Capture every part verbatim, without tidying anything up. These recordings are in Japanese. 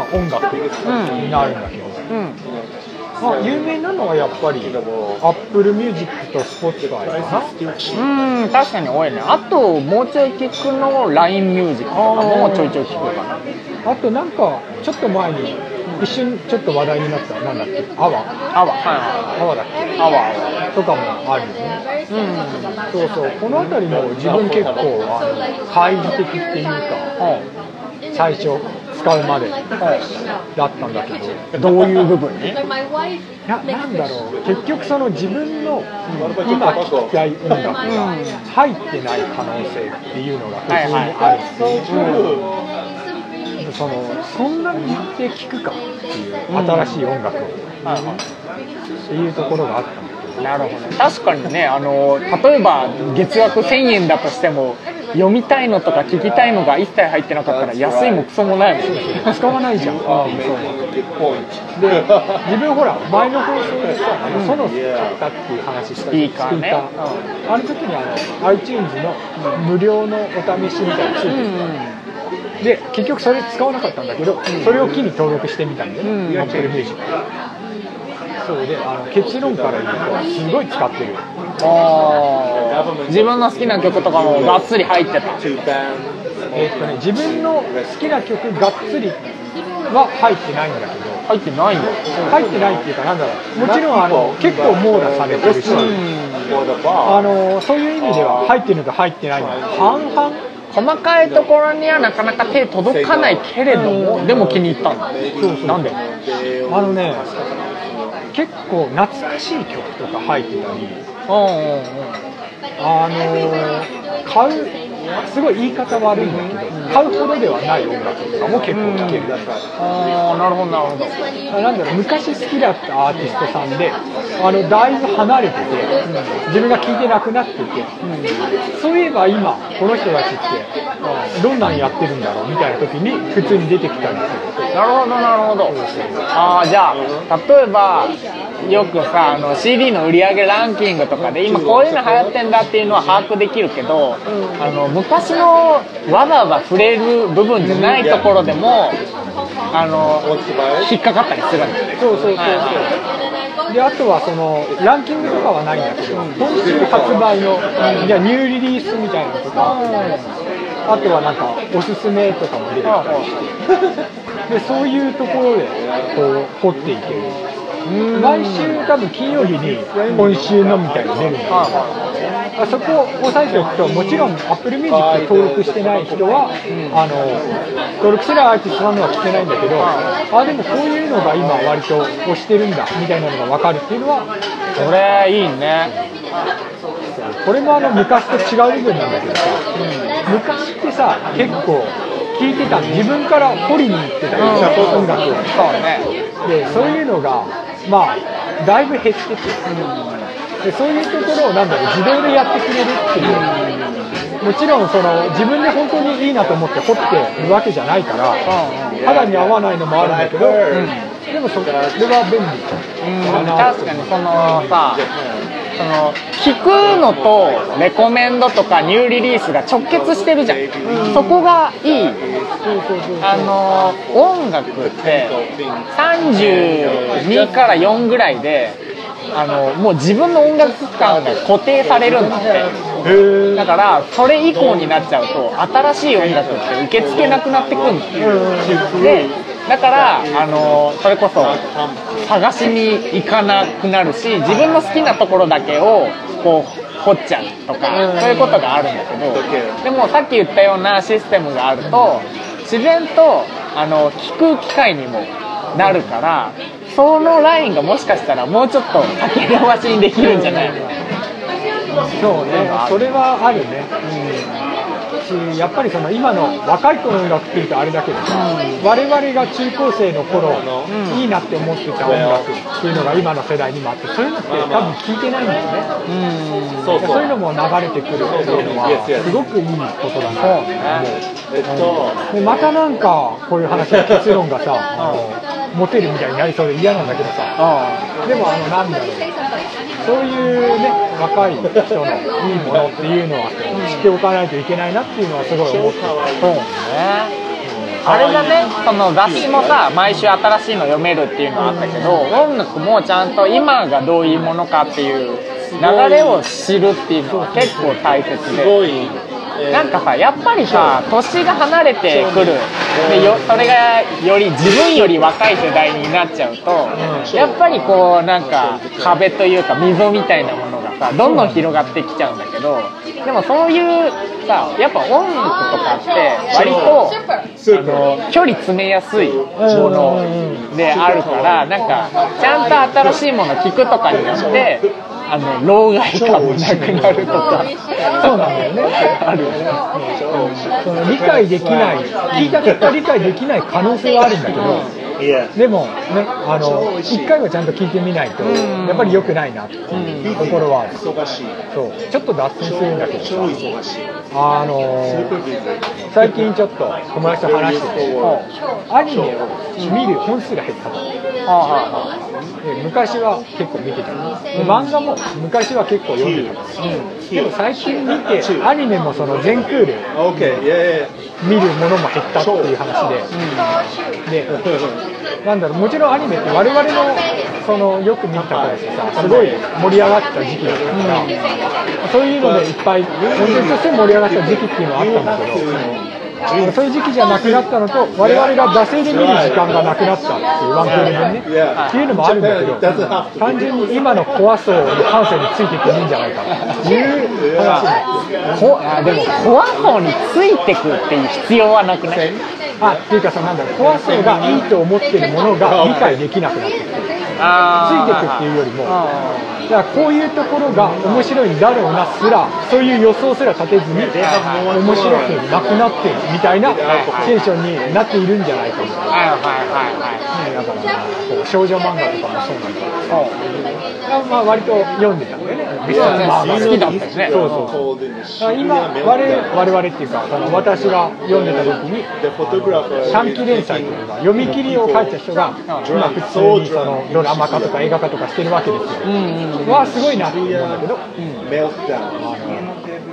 音楽になるんだけど、うんうんまあ、有名なのはやっぱり Apple Music と Spotify かな。 うん確かに多いね。あともうちょい聞くの ライン ミュージックとかもちょいちょい聞くかな。 あとなんかちょっと前に一瞬ちょっと話題になったなんだっけアワアワはいアワだっけアワとかもあるよね。うんそうそうこの辺りも自分結構あの懐疑的っていうか、うん、最初使うまでだったんだけどどういう部分に？いやなんだろう結局その自分の今聴きたい音楽が入ってない可能性っていうのが普通にあるし、そのそんなにで聴くかっていう新しい音楽を、うん、っていうところがあったんだけど。 なるほど確かにねあの例えば月額せんえんだとしても読みたいのとか聞きたいのが一切入ってなかったら安いもクソもないもんね。 使わないじゃん。ああそうで自分ほら前の放送でさ、うん、ソノス買ったっていう話したじゃん。 スピーカーね、 うん、あの時にあの iTunes の無料のお試しみたいなのついてる、うん、で結局それ使わなかったんだけど、うん、それを機に登録してみたんだよね、うん、Apple Music。そうであの結論から言うとすごい使ってる。 あ自分の好きな曲とかもがっつり入ってた。 えーっとね、自分の好きな曲がっつりは入ってないんだけど入ってないんだ入ってないっていうかなんだろうもちろんあの結構網羅されてるし、うん、あのそういう意味では入ってるのか入ってないのか半々 細かいところにはなかなか手届かないけれども、うん、でも気に入ったんだ。 そうそうなんであのね結構懐かしい曲とか入ってたり、あの買うすごい言い方悪いんだけど買うほどではない音楽とかも結構聴ける。 ああなるほどなるほど。 なんだろう昔好きだったアーティストさんであのだいぶ離れてて、うん、自分が聴いてなくなってて、うん、そういえば今この人たちってどんなんやってるんだろうみたいな時に普通に出てきたりする。 なるほどなるほど。ああじゃあ例えばよくさあの シーディー の売り上げランキングとかで今こういうの流行ってんだっていうのは把握できるけど、うん、あの昔のわざわざ触れる部分じゃないところでもあの引っかかったりするんだよね。 そうそうそうそう、はい、であとはそのランキングとかはないんだけど、うん、今週発売の、うん、じゃあニューリリースみたいなのとか、うん、あとはなんかおすすめとかも出てきたりしてでそういうところでこう掘っていける。毎週多分金曜日に今週のみたいなの出るんだけど、あそこを押さえておくともちろん Apple Music 登録してない人は、うん、あの登録してないアーティストなのは聞けないんだけど、あでもこういうのが今割と推してるんだみたいなのが分かるっていうのはこれいいね。 これもあの昔と違う部分なんだけどさ、うん、昔ってさ結構聴いてた自分から掘りに行ってたりとか、音楽をそうねでそういうのがまあだいぶ減ってて、うん、でそういうところをなんだろう自動でやってくれるっていう、うん、もちろんその自分で本当にいいなと思って掘ってるわけじゃないから、うん、肌に合わないのもあるんだけど、うん、でもそれは便利だな、うん、確かにそのさその聞くのとレコメンドとかニューリリースが直結してるじゃん、うん、そこがいい。あの音楽ってさんじゅうにからよんぐらいであのもう自分の音楽感が固定されるんだって。だからそれ以降になっちゃうと新しい音楽って受け付けなくなってくるんだよ。でだからあのそれこそ探しに行かなくなるし自分の好きなところだけをこう掘っちゃうとかそういうことがあるんだけど、でもさっき言ったようなシステムがあると自然とあの聞く機会にもなるからそのラインがもしかしたらもうちょっと先延ばしにできるんじゃないの。 そうねそれはあるね、うん、やっぱりその今の若い子の音楽っていうとあれだけど、うん、我々が中高生の頃、うん、いいなって思ってた音楽っていうのが今の世代にもあってそういうのって多分聞いてないんだよね、うん、そうそういうのも流れてくるっていうのはすごくいいことだなと思う、うん、でまたなんかこういう話の結論がさあのモテるみたいになりそうで嫌なんだけどさでもあのなんだろうそういうね若い人のいいものっていうのは知っておかないといけないなっていうのはすごい思ってる。 そうね。 あれだね、その雑誌もさ毎週新しいの読めるっていうのはあったけど、音楽もちゃんと今がどういうものかっていう流れを知るっていうのは結構大切で、なんかさやっぱりさ年が離れてくるでよ、それがより自分より若い世代になっちゃうと、やっぱりこうなんか壁というか溝みたいなものがさどんどん広がってきちゃうんだけど、でもそういうさやっぱ音楽とかって割とあの距離詰めやすいものであるから、なんかちゃんと新しいもの聞くとかによってあの老害感もなくなるとかそうなんだよね。あるよね。その理解できない聞いた結果理解できない可能性はあるんだけど、でもね、あの一回はちゃんと聞いてみないとやっぱり良くないなっていうところはある。そうちょっと脱線するんだけどさ、あの最近ちょっと友達と話してて、アニメを見る本数が減ったと。で昔は結構見てたで、漫画も昔は結構読んでた、うん、でも最近見てアニメもその全クール見るものも減ったっていう話で、うん、でなんだろう、もちろんアニメって我々のそのよく見た頃ってさすごい盛り上がった時期だったから、うん、そういうのでいっぱいコンテンツとして盛り上がった時期っていうのはあったんだけど、うん、そういう時期じゃなくなったのと我々が惰性で見る時間がなくなったっていうワンクール分ねっていうのもあるんだけど、単純に今のコア層の感性についていってもいいんじゃないかっていう話になって、 こあでもコア層についてくっていう必要はなくない？ あっていうかさ、なんだろう、コア層がいいと思ってるものが理解できなくなってくる、ついてくっていうよりも、だからこういうところが面白いんだろうなすらそういう予想すら立てずに面白くなくなってるみたいなテンションになっているんじゃないかみたいな。だからこう少女漫画とかもそうなんだけど、まあ割と読んでたんだよね。 好きだったよね。 そうそうそう。だから今我々っていうかその私が読んでた時に短期連載というか読み切りを書いた人が今普通にそのドラマ化とか映画化とかしてるわけですよ。うんうん、はすごいなって思うんだけど、うん、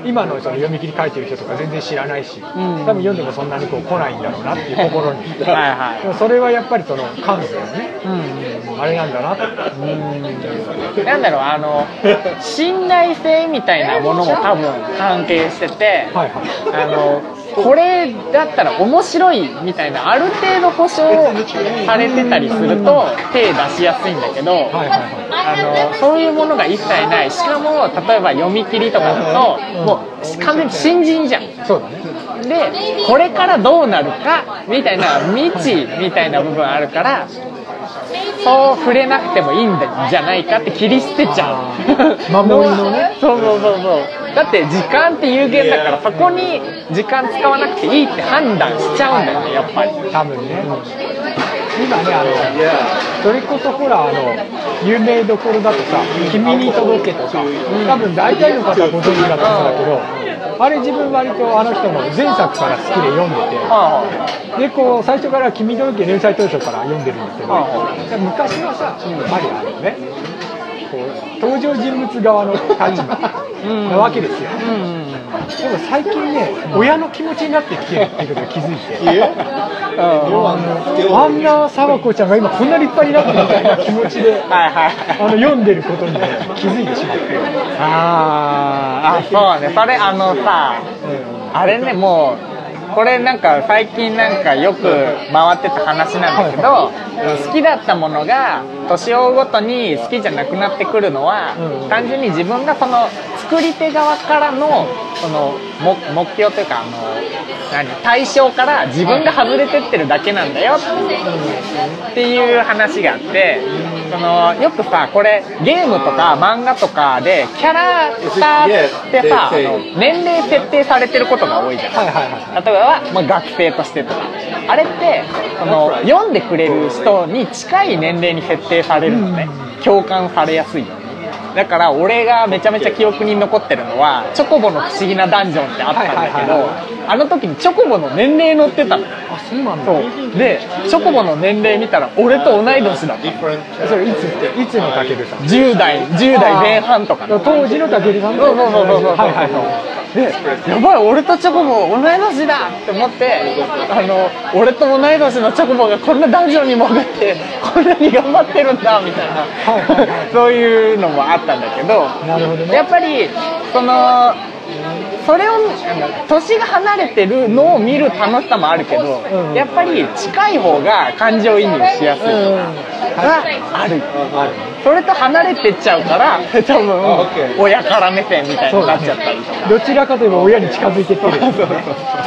今のその読み切り書いてる人とか全然知らないし、うん、多分読んでもそんなにこう来ないんだろうなっていう心にはい、はい、でもそれはやっぱりその感性のね、うん、あれなんだなって、 うん、なんだろう、あの信頼性みたいなものも多分関係してて、はいはい、あのこれだったら面白いみたいなある程度保証されてたりすると手出しやすいんだけど、あのそういうものが一切ない、しかも例えば読み切りとかだともう完全に新人じゃん。そうだね。でこれからどうなるかみたいな未知みたいな部分あるから、そう触れなくてもいいんじゃないかって切り捨てちゃう守りのねそうそうそうそう。だって時間って有限だからそこに時間使わなくていいって判断しちゃうんだよね、やっぱり多分ね、うん、今ね、あのそれこそほらあの有名どころだとさ「君に届け」とか、うん、多分大体の方はご存知だと思うんだけど、あれ自分割とあの人の前作から好きで読んでて、でこう最初から「君に届け」連載当初から読んでるんだけど、昔はさやっぱりあのねこう登場人物側の立場なわけですよ、うんうん、でも最近ね、親の気持ちになってきてるっていうことに気づいてあんな沢子ちゃんが今こんな立派になってるみたいな気持ちではい、はい、あの読んでることに、ね、気づいてしまってああそうね、それあのさ、うん、あれね、もうこれなんか最近なんかよく回ってた話なんだけど、好きだったものが年を追うごとに好きじゃなくなってくるのは、単純に自分がその作り手側からのその目標というか、あの何対象から自分が外れてってるだけなんだよっていう話があって、そのよくさこれゲームとか漫画とかでキャラクターってさ、あの年齢設定されてることが多いじゃん。例えば、まあ、学生としてとか、あれってその読んでくれる人に近い年齢に設定されるのね、共感されやすいよね。だから俺がめちゃめちゃ記憶に残ってるのはチョコボの不思議なダンジョンってあったんだけど、あの時にチョコボの年齢載ってたの。 あ、そうなんだ。 そうでチョコボの年齢見たら俺と同い年だった。 それいつっていつのたけるさん？ じゅう代じゅう代前半とか、 当時のたけるさん。 そうそうそうそうそう、 はいはいはい。 でやばい俺とチョコボ同い年だって思って、あの俺と同い年のチョコボがこんなダンジョンに潜ってこんなに頑張ってるんだみたいなそういうのもあったんだけど、 なるほどね、 やっぱりそのそれを年が離れてるのを見る楽しさもあるけど、うん、やっぱり近い方が感情移入しやすいがある、うん、それと離れてっちゃうから多分親から目線みたいになっちゃったりとか、 どちらかといえば親に近づいてってるんですよね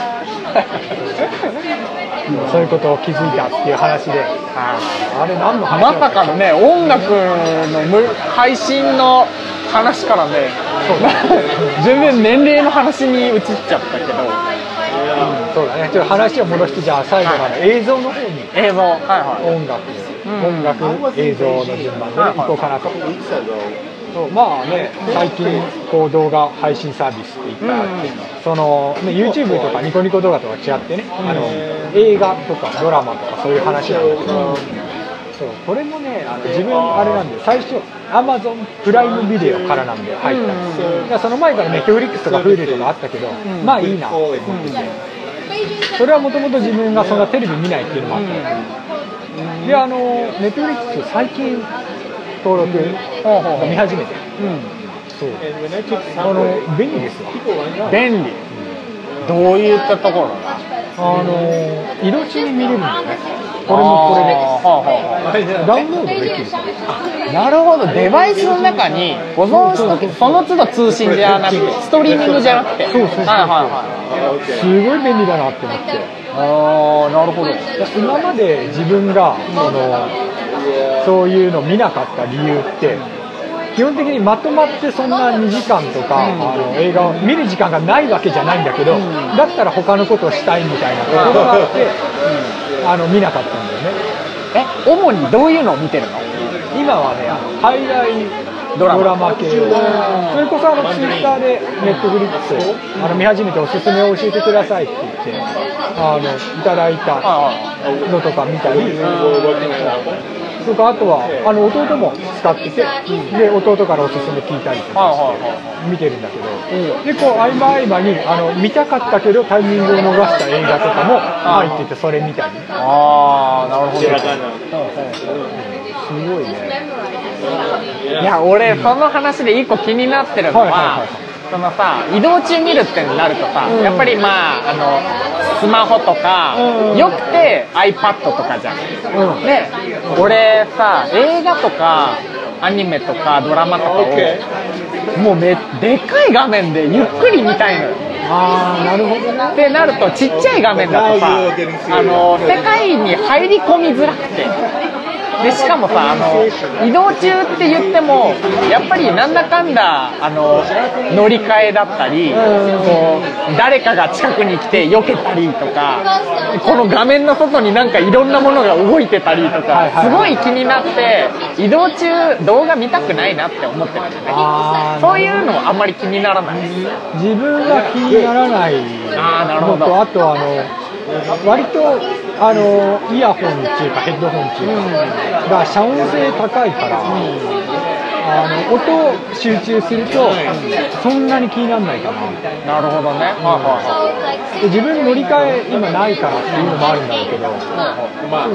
そういうことを気づいたっていう話で、あ, あれ何の話まさかのね音楽の配信の話からね、そう全然年齢の話に移っちゃったけど、 うん、そうだね、ちょっと話を戻して、じゃあ最後まで映像の方に、 映像、はいはい、 音楽、うん、音楽、映像の順番でいこうかなと。そうまあね、最近こう動画配信サービスっていっぱいあって、うん、そのね、YouTube とかニコニコ動画とか違ってね、あの映画とかドラマとかそういう話なんだけど、うん、そうこれもね、あの自分あれなんで最初 Amazon プライムビデオからなんで入ったんですよ、うん、だその前から Netflix とか Hulu とかあったけど、うん、まあいいなと思ってて、それはもともと自分がそんなテレビ見ないっていうのもあったんですよ、うん、であの Netflix 最近登録見始めて、うん、そうあの便利ですわ、 便利、どういったところがあの色地に見れるんだよね、これもこれで、はあはあ、ダウンロードできる。 なるほど、デバイスの中に保存しとき、その都度通信じゃなくてストリーミングじゃなくて、 そうそうそうそう、はいはいはい、すごい便利だなって思って、 ああなるほど、 今まで自分がそのそういうの見なかった理由って基本的にまとまってそんなにじかんとか、うん、あの映画を見る時間がないわけじゃないんだけど、うん、だったら他のことをしたいみたいなところがあって、うん、あの見なかったんだよね。 え、主にどういうのを見てるの？ 今はね、海外ドラマ系、それこそあのツイッターでネットフリックスをあの見始めておすすめを教えてくださいって言ってあのいただいたのとか見たりとか、あとはあの弟も使ってて、で弟からおすすめ聞いたりとかして見てるんだけど、でこう合間合間にあの見たかったけどタイミングを逃した映画とかも入っててそれ見たり。 ああなるほど、 すごいね。 いや俺その話で一個気になってるのは、そのさ移動中見るってなるとさ、うん、やっぱりまああのスマホとか、うん、よくて iPad とかじゃん、うん、で俺さ映画とかアニメとかドラマとかを、okay. もうめでかい画面でゆっくり見たいのよ。 あーなるほどね。 ってなるとちっちゃい画面だとさあの世界に入り込みづらくて、でしかもさあの移動中って言ってもやっぱりなんだかんだあの乗り換えだったり、こう誰かが近くに来て避けたりとか、この画面の外になんかいろんなものが動いてたりとか、すごい気になって移動中動画見たくないなって思ってるんだよね。そういうのあんまり気にならない。 自分が気にならないのと、あとあの割とあのイヤホンっていうかヘッドホンっていうか、うん、が遮音性高いから、うん、あの音集中すると、うん、そんなに気にならないかな。 なるほどね、 うん、で自分乗り換え今ないからっていうのもあるんだろうけど、うん、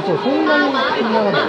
そうそうそんなに気にならない。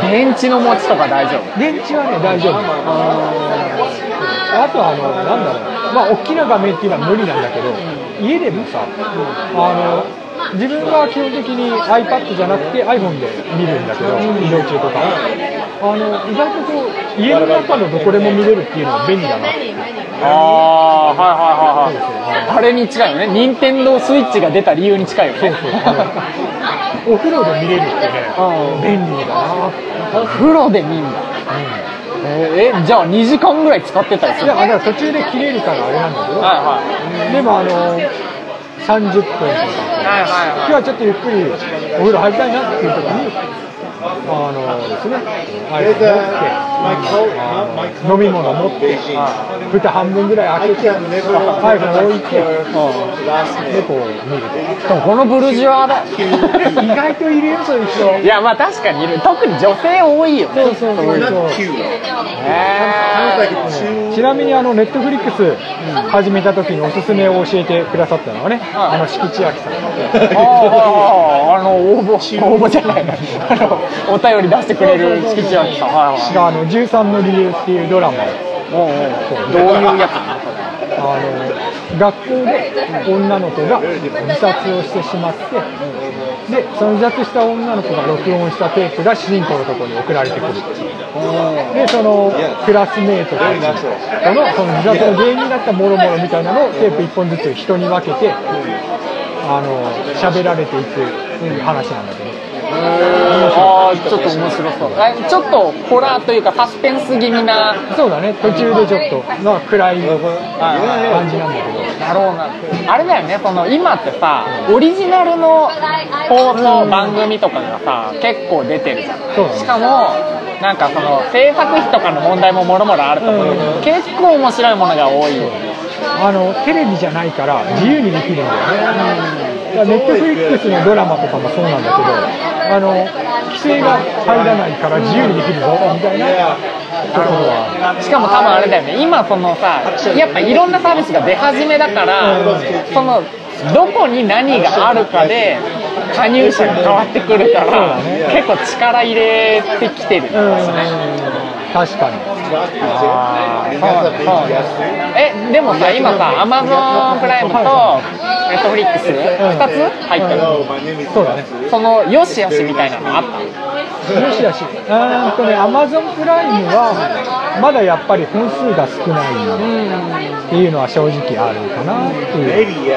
電池の持ちとか大丈夫？ 電池はね大丈夫。あとはあのなんだろう、まあ大きな画面っていうのは無理なんだけど、家でもさ、あの自分は基本的に iPad じゃなくて iPhone で見るんだけど、移動中とかあの意外とこう家の中のどこでも見れるっていうのは便利だなって。 ああはいはいはいはい、あれに近いよね。任天堂スイッチが出た理由に近いよね。そうそうお風呂で見れるってね、便利だな。 お風呂で見るんだ、うんえー、じゃあにじかんぐらい使ってたりする？ いやだから途中で切れるからあれなんだけど、はいはい、でもあのさんじゅっぷんとか、はいはいはい、今日はちょっとゆっくりお風呂入りたいなっていう時にあのですね、アイス持って、飲み物持って、蓋半分ぐらい開けて、アイス置いて、でこう見ると。 でもこのブルジョアだ。 意外といるよそういう人。 いやまあ確かにいる。特に女性多いよ。 そうそうそうそう。ちなみにあのネットフリックス始めた時におすすめを教えてくださったのはね、あの敷地明さん。 ああの応募応募じゃない。あのお便り出してくれる敷地明さん。 があのじゅうさんの理由っていうドラマを。 どういうやつ？ あの学校で女の子が自殺をしてしまって、でその自殺した女の子が録音したテープが主人公のところに送られてくる。でそのクラスメートたちのその自殺の原因になったもろもろみたいなのをテープいっぽんずつ人に分けてあの喋られていく話なんだけど。 ああちょっと面白そう。ちょっとホラーというかサスペンス気味な。 そうだね、途中でちょっとまあ暗い感じなんだけど。 なるほど。あれだよね、その今ってさオリジナルの放送番組とかがさ結構出てるじゃん。 そうだね、 しかもなんかその制作費とかの問題ももろもろあると思うけど、うん、結構面白いものが多い。 あのテレビじゃないから自由にできるんだよね。ネットフリックスのドラマとかもそうなんだけど、あの規制が入らないから自由にできるぞみたいなところは。 しかも多分あれだよね、今そのさやっぱいろんなサービスが出始めだから、うん、そのどこに何があるかで加入者が変わってくるから、ね、結構力入れてきてるんですね。 確かに。 あそうそうえでもさ今さアマゾンプライムとネットフリックスふたつ入ってる。 そうだね。 そのよしよしみたいなのあった？ よしよし。うんとねアマゾンプライムはまだやっぱり本数が少ないっていうのは正直あるかなっていう。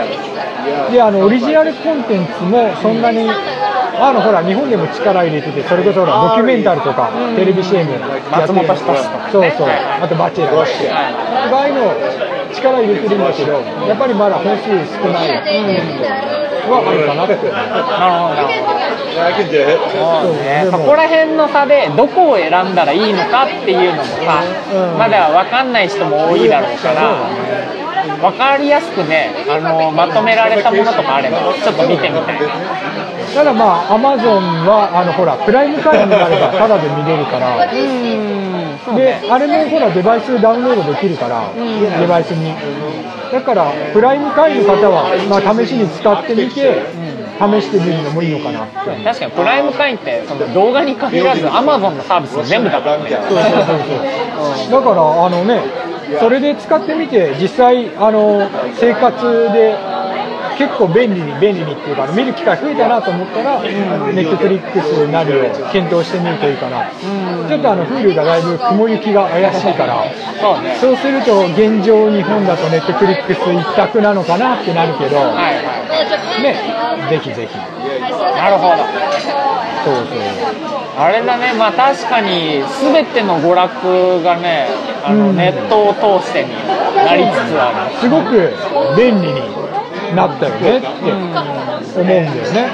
であのオリジナルコンテンツもそんなにあのほら日本でも力入れてて、それこそほらドキュメンタルとかテレビ シーエム やってるのとか、そうそう、あとバチェラーとかああいうの力入れてるんだけど、やっぱりまだ本数少ないはあるかなって。 なるほど。そうね。そこら辺の差でどこを選んだらいいのかっていうのもさ、まだ分かんない人も多いだろうから。分かりやすくね、あのまとめられたものとかあればちょっと見てみたい。 ただまあアマゾンはあのほらプライム会員になればタダで見れるから、うんであれもほらデバイスダウンロードできるから、デバイスにだからプライム会員の方はまあ試しに使ってみて試してみるのもいいのかなって。 確かにプライム会員ってその動画に限らずアマゾンのサービス全部だからね。 そうそうそうそう。だからあのねそれで使ってみて実際あの生活で結構便利に便利にっていうか見る機会増えたなと思ったら、うん、ネットフリックスなりを検討してみるといいかな、うん、ちょっとあの Hulu がだいぶ雲行きが怪しいからそうね、そうすると現状日本だとネットフリックス一択なのかなってなるけど、はいはい、ねぜひぜひ。 なるほど。 そうそうあれだね、まあ確かに全ての娯楽がねあの、うん、ネットを通してになりつつある。 すごく便利になったよねって思うんだよね。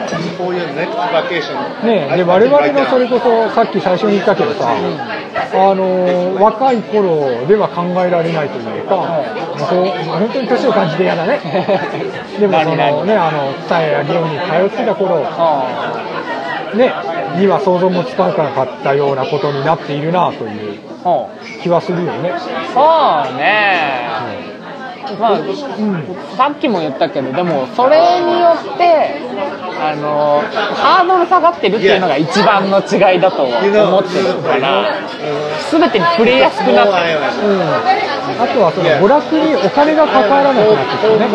ねで我々のそれこそさっき最初に言ったけどさ、あの若い頃では考えられないというか、本当に年を感じて嫌だね。でもそのねあの蔦屋やリオに通ってた頃ねには想像もつかなかったようなことになっているなという気はするよね。 そうね。うんまあうん、さっきも言ったけどでもそれによってあのハードル下がってるっていうのが一番の違いだと思ってるから全てに触れやすくなってる、うん、 あとはその娯楽にお金がかからなくなってきてね、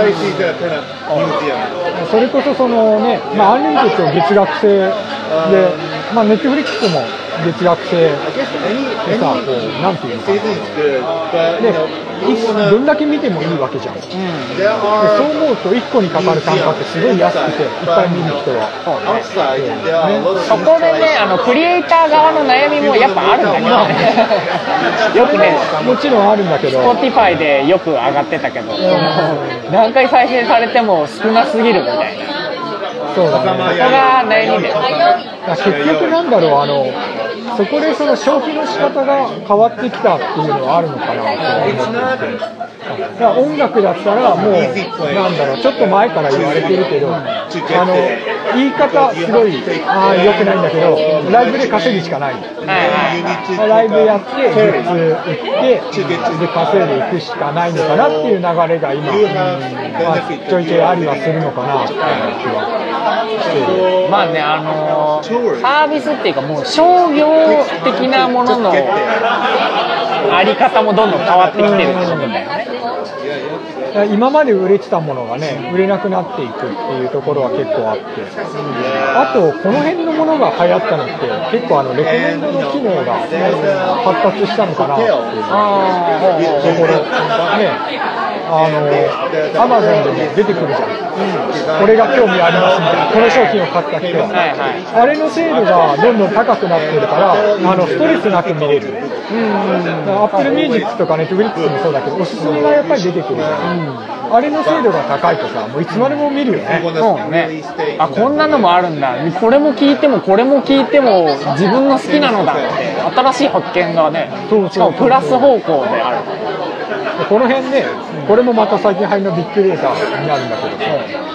うん、それこそそのね、まあ、アンリミテッド月額制で、まあ、ネットフリックスも月額制でさ、こうなんていうのかなでどんだけ見てもいいわけじゃん、うん、でそう思うといっこにかかる単価ってすごい安くていっぱい見る人は、 ね、そこでねあのクリエイター側の悩みもやっぱあるんだけどねよくねもちろんあるんだけど Spotify でよく上がってたけど、うん、何回再生されても少なすぎるみたいな。 そうだね、 そこが悩みで、 結局なんだろう、あのそこでその消費の仕方が変わってきたっていうのはあるのかなと思っていて。だから音楽だったらもうなんだろう、ちょっと前から言われてるけど、あの言い方すごいあ良くないんだけど、ライブで稼ぐしかない、ライブやってグッズ売ってで稼いでいくしかないのかなっていう流れが今、まあ、ちょいちょいありはするのかなっていう気はしてる。 まあね、あのー、サービスっていうかもう商業的なもののあり方もどんどん変わってきてるってことだよね。 今まで売れてたものがね、売れなくなっていくっていうところは結構あって、あとこの辺のものが流行ったのって結構あのレコメンドの機能が発達したのかなっていうところね、あのアマゾンでも出てくるじゃん、うん、これが興味ありますみたいな、この商品を買った人は、はいはい、あれの精度がどんどん高くなってるからあのストレスなく見れる。アップルミュージックとかネットフリックスもそうだけど、おすすめがやっぱり出てくる、うん、あれの精度が高いとさ、もういつまでも見るよね。 そうね、あ、こんなのもあるんだ、これも聞いてもこれも聞いても自分の好きなのだって新しい発見がね、しかもプラス方向である。 この辺ね、これもまた最近入りのビッグデータになるんだけど、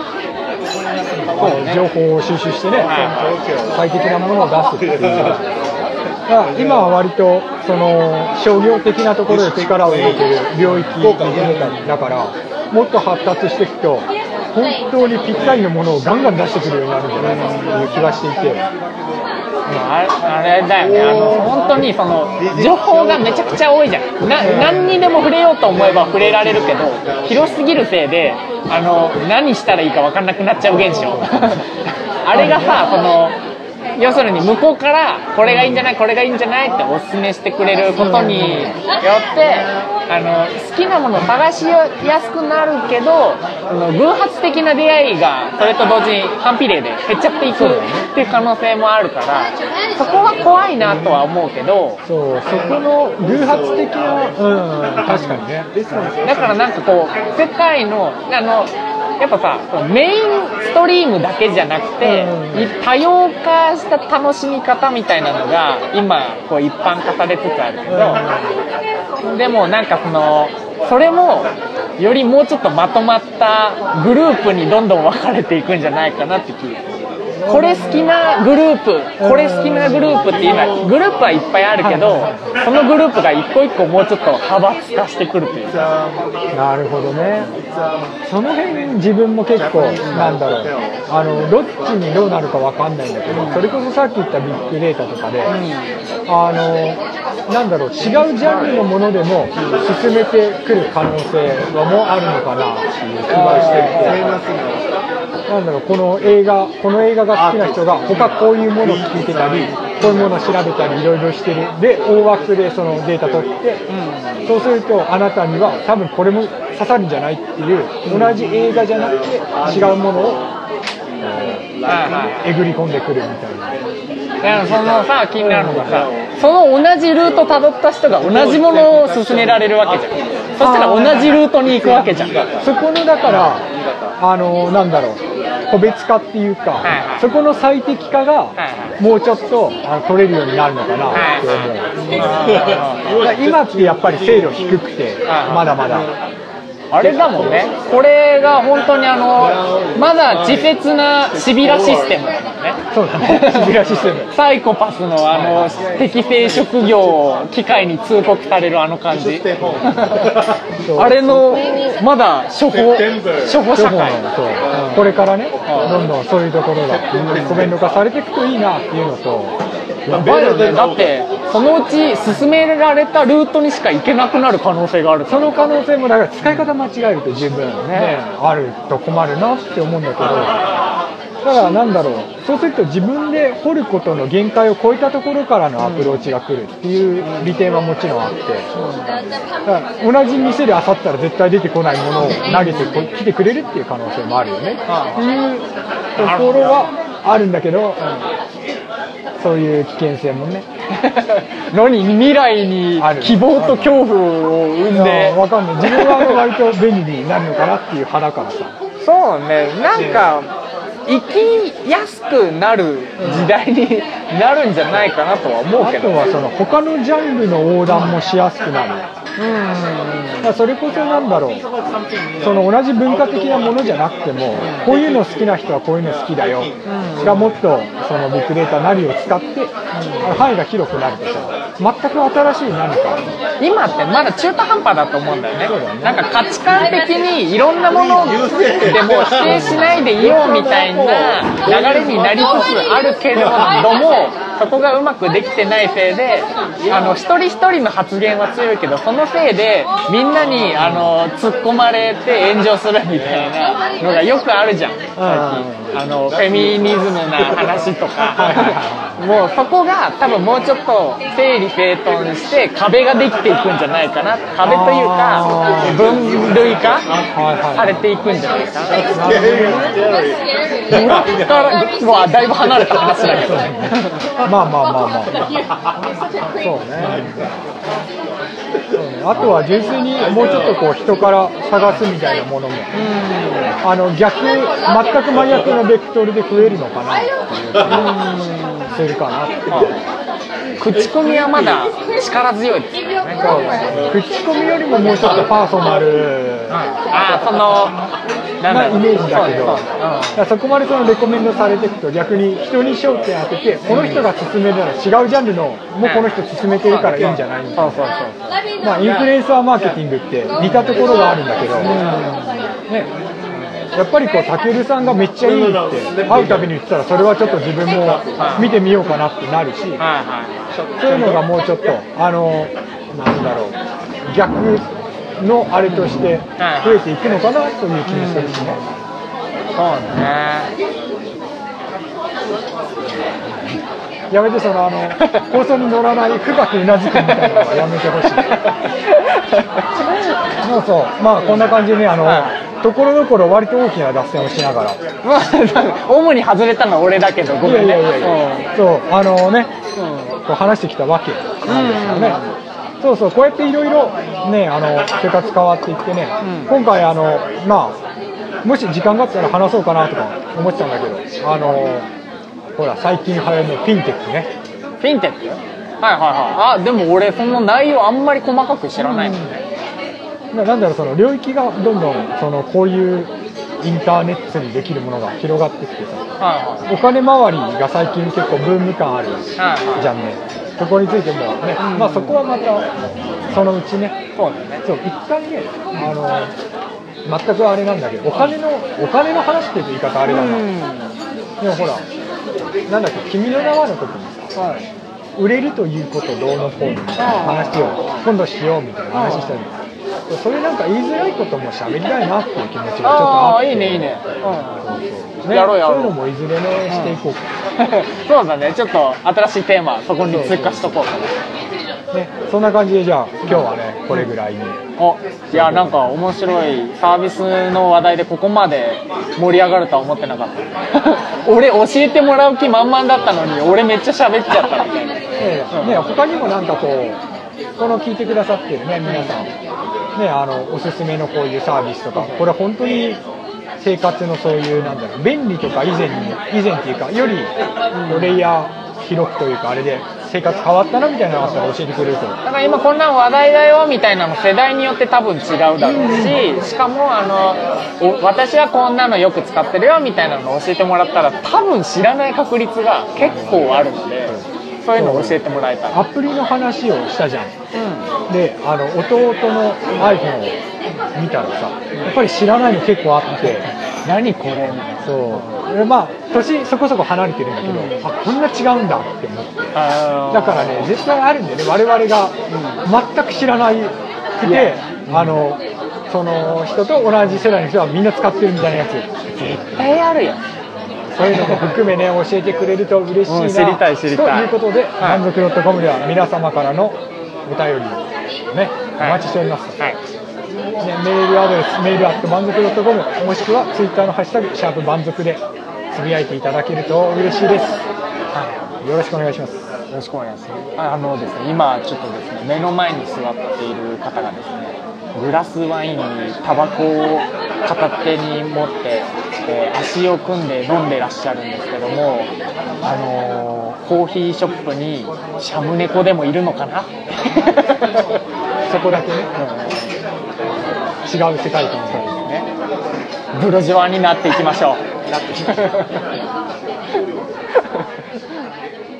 そうね、情報を収集してね、最適なものを出すっていう今は割とその商業的なところで力を入れてる領域だから、もっと発達していくと本当にぴったりのものをガンガン出してくるようになるんじゃないかという気がしていて、 あれだよね、あの本当にその情報がめちゃくちゃ多いじゃん。な何にでも触れようと思えば触れられるけど、広すぎるせいであの何したらいいか分かんなくなっちゃう現象あれがさ、その要するに向こうからこれがいいんじゃないこれがいいんじゃないってお勧めしてくれることによってあの好きなものを探しやすくなるけど、あの偶発的な出会いがそれと同時に反比例で減っちゃっていくっていう可能性もあるから、そこは怖いなとは思うけど、 そうそこの偶発的な、うん、確かにね。 だからなんかこう世界のあのやっぱさ、メインストリームだけじゃなくて、うん、多様化した楽しみ方みたいなのが今こう一般化されつつあるけど、うん、でもなんかそのそれもよりもうちょっとまとまったグループにどんどん分かれていくんじゃないかなって気がする。これ好きなグループ、これ好きなグループっていうのはグループはいっぱいあるけど、そのグループが一個一個もうちょっと派閥化してくるというか。 なるほどね。その辺自分も結構なんだろう、あのどっちにどうなるかわかんないんだけど、それこそさっき言ったビッグデータとかで、あのなんだろう、違うジャンルのものでも進めてくる可能性はもあるのかなっていう気がしていて。なんだろう、この映画、この映画が好きな人が他こういうものを聞いてたり、こういうものを調べたりいろいろしてる。で、大枠でそのデータ取って、うん、そうするとあなたには多分これも刺さるんじゃないっていう、同じ映画じゃなくて違うものを、うん、えぐり込んでくるみたいな。 いや、そのさ、気になるのがさ、その同じルート辿った人が同じものを勧められるわけじゃん。そしたら同じルートに行くわけじゃん。 そこのだからあのなんだろう、個別化っていうか、はいはい、そこの最適化がもうちょっとあの取れるようになるのかなって思う、はいはい、今ってやっぱり精度低くてまだまだあれだもんね、これが本当にあのまだ稚拙なシビラシステムだもんね。 そうだね、シビラシステムサイコパスのあの適正職業を機械に通告されるあの感じあれのまだ初歩初歩社会、 そう、うん、これからね、どんどんそういうところがコメント化されていくといいなっていうのと、 やばいよね。だってそのうち進められたルートにしか行けなくなる可能性がある。 その可能性もだから使い方間違えると十分ね、ねあると困るなって思うんだけど、だからなんだろう、そうすると自分で掘ることの限界を超えたところからのアプローチが来るっていう利点はもちろんあって、だから同じ店で漁ったら絶対出てこないものを投げてきてくれるっていう可能性もあるよねっていうところはあるんだけど、そういう危険性もね何未来に希望と恐怖を生んで、 分かんない、自分は割と便利になるのかなっていう派だからさ。 そうね、なんか生きやすくなる時代になるんじゃないかなとは思うけど、 あとはその他のジャンルの横断もしやすくなる。うん、それこそなんだろう、その同じ文化的なものじゃなくても、こういうの好きな人はこういうの好きだよ、うん、がもっとそのビッグデータなりを使って、うん、範囲が広くなるとさ、全く新しい何か今ってまだ中途半端だと思うんだよね。なんか価値観的にいろんなものでも否定しないでいようみたいな流れになりつつあるけれども、そこがうまくできてないせいで、あの一人一人の発言は強いけど、そのせいでみんなにあの突っ込まれて炎上するみたいなのがよくあるじゃん、最近。あのフェミニズムな話とかもうそこが多分もうちょっと整理整頓して壁ができていくんじゃないかな。壁というか分類化されていくんじゃないかな。今からはだいぶ離れた話だけどまあまあまあまあそうね。そうね、あとは純粋にもうちょっとこう人から探すみたいなものも、あの逆全く真逆のベクトルで増えるのかなっていうするかなって。 口コミはまだ力強いですよね。 口コミよりももうちょっとパーソナル、うん、 あそのなイメージだけど、そ, そこまでそのレコメンドされていくと逆に人に焦点当てて、この人が勧めるなら違うジャンルのもうこの人勧めてるからいいんじゃないみたいな。まあインフルエンサーマーケティングって似たところがあるんだけど、ね。やっぱりこうたけるさんがめっちゃいいって会うたびに言ってたら、それはちょっと自分も見てみようかなってなるし、そういうのがもうちょっとあのなんだろう、逆のあれとして増えていくのかなという気もするしね。 そうね。 やめて、そのあの放送に乗らない深くうなずくみたいなのはやめてほしい。そうそう、まあこんな感じでね、あの、はい、ところどころ割と大きな脱線をしながら、 まあ主に外れたのは俺だけど、ごめんね。いやいやいや、 うん、そうあのね、うん、こう話してきたわけなんですよね。そうそう、こうやっていろいろね、あの生活変わっていってね、うん、今回あのまあもし時間があったら話そうかなとか思ってたんだけど、あのほら最近流行りのフィンテックね。 フィンテック？はいはいはい。あ、でも俺その内容あんまり細かく知らないもんね。 うん、な, なんだろう、その領域がどんどんそのこういうインターネットにできるものが広がってきてさ、はいはい、お金回りが最近結構ブーム感あるじゃんね。はいはい、そこについてもね、うん、まあそこはまたそのうちね。 そうだね。 そう一回ね、あの全くあれなんだけど、お金のお金の話っていう言い方あれだな。うん、でもほら。なんだっけ、君の名はの時にさ、はい、売れるということどうのこうのみたいな話を今度しようみたいな話したんです。それなんか言いづらいことも喋りたいなっていう気持ちがちょっとあって。 あ、いいねいいね。うん、 そうそうね、やろうやろう。そういうのもいずれね、していこうか、 うん、そうだね、ちょっと新しいテーマそこに追加しとこうかな。 ね、そんな感じでじゃあ今日はねこれぐらいに。 お、いやなんか面白いサービスの話題でここまで盛り上がるとは思ってなかった俺教えてもらう気満々だったのに俺めっちゃ喋っちゃったみたいな。 ね、うん、ね、他にもなんかこうこの聞いてくださってるね皆さんね、あのおすすめのこういうサービスとか、これ本当に生活のそういうなんだろう便利とか以前に以前っていうかよりレイヤー広くというかあれで生活変わったなみたいなのがあったら教えてくれると。 だから今こんな話題だよみたいなの世代によって多分違うだろうし、しかもあの私はこんなのよく使ってるよみたいなのを教えてもらったら多分知らない確率が結構あるので、そういうのを教えてもらえたら。 アプリの話をしたじゃん、うん、であの弟の iPhone を見たらさ、やっぱり知らないの結構あって何これみたいな。 そうで、まあ年そこそこ離れてるんだけど、うん、あこんな違うんだって思って、だからね絶対あるんだよね、我々が全く知らないくて、うん、あのその人と同じ世代の人はみんな使ってるみたいなやつ絶対あるよ。 そういうのも含めね教えてくれると嬉しいな、うん、 知りたい知りたいということで、はい、満足 .com では皆様からのお便りをね、はい、お待ちしております、はい、ね、メールアドレスメールアット満足 .com もしくはツイッターのハッシュタグシャープ満足でつぶやいていただけると嬉しいです、はい、よろしくお願いします。 よろしくお願いします。あのですね、今ちょっとですね目の前に座っている方がですねグラスワインにタバコを片手に持ってて足を組んで飲んでらっしゃるんですけども、あのー、コーヒーショップにシャム猫でもいるのかなそこだけね、うん、違う世界観ですね。 ブルジョワになっていきましょう。